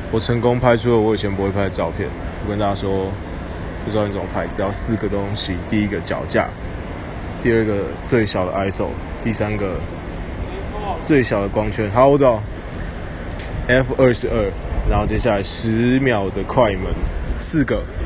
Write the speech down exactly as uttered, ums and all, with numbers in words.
我成功拍出了我以前不会拍的照片。我跟大家说，这照片怎么拍？只要四个东西：第一个脚架，第二个最小的 I S O， 第三个最小的光圈。好，我找 F 二十二，然后接下来十秒的快门，四个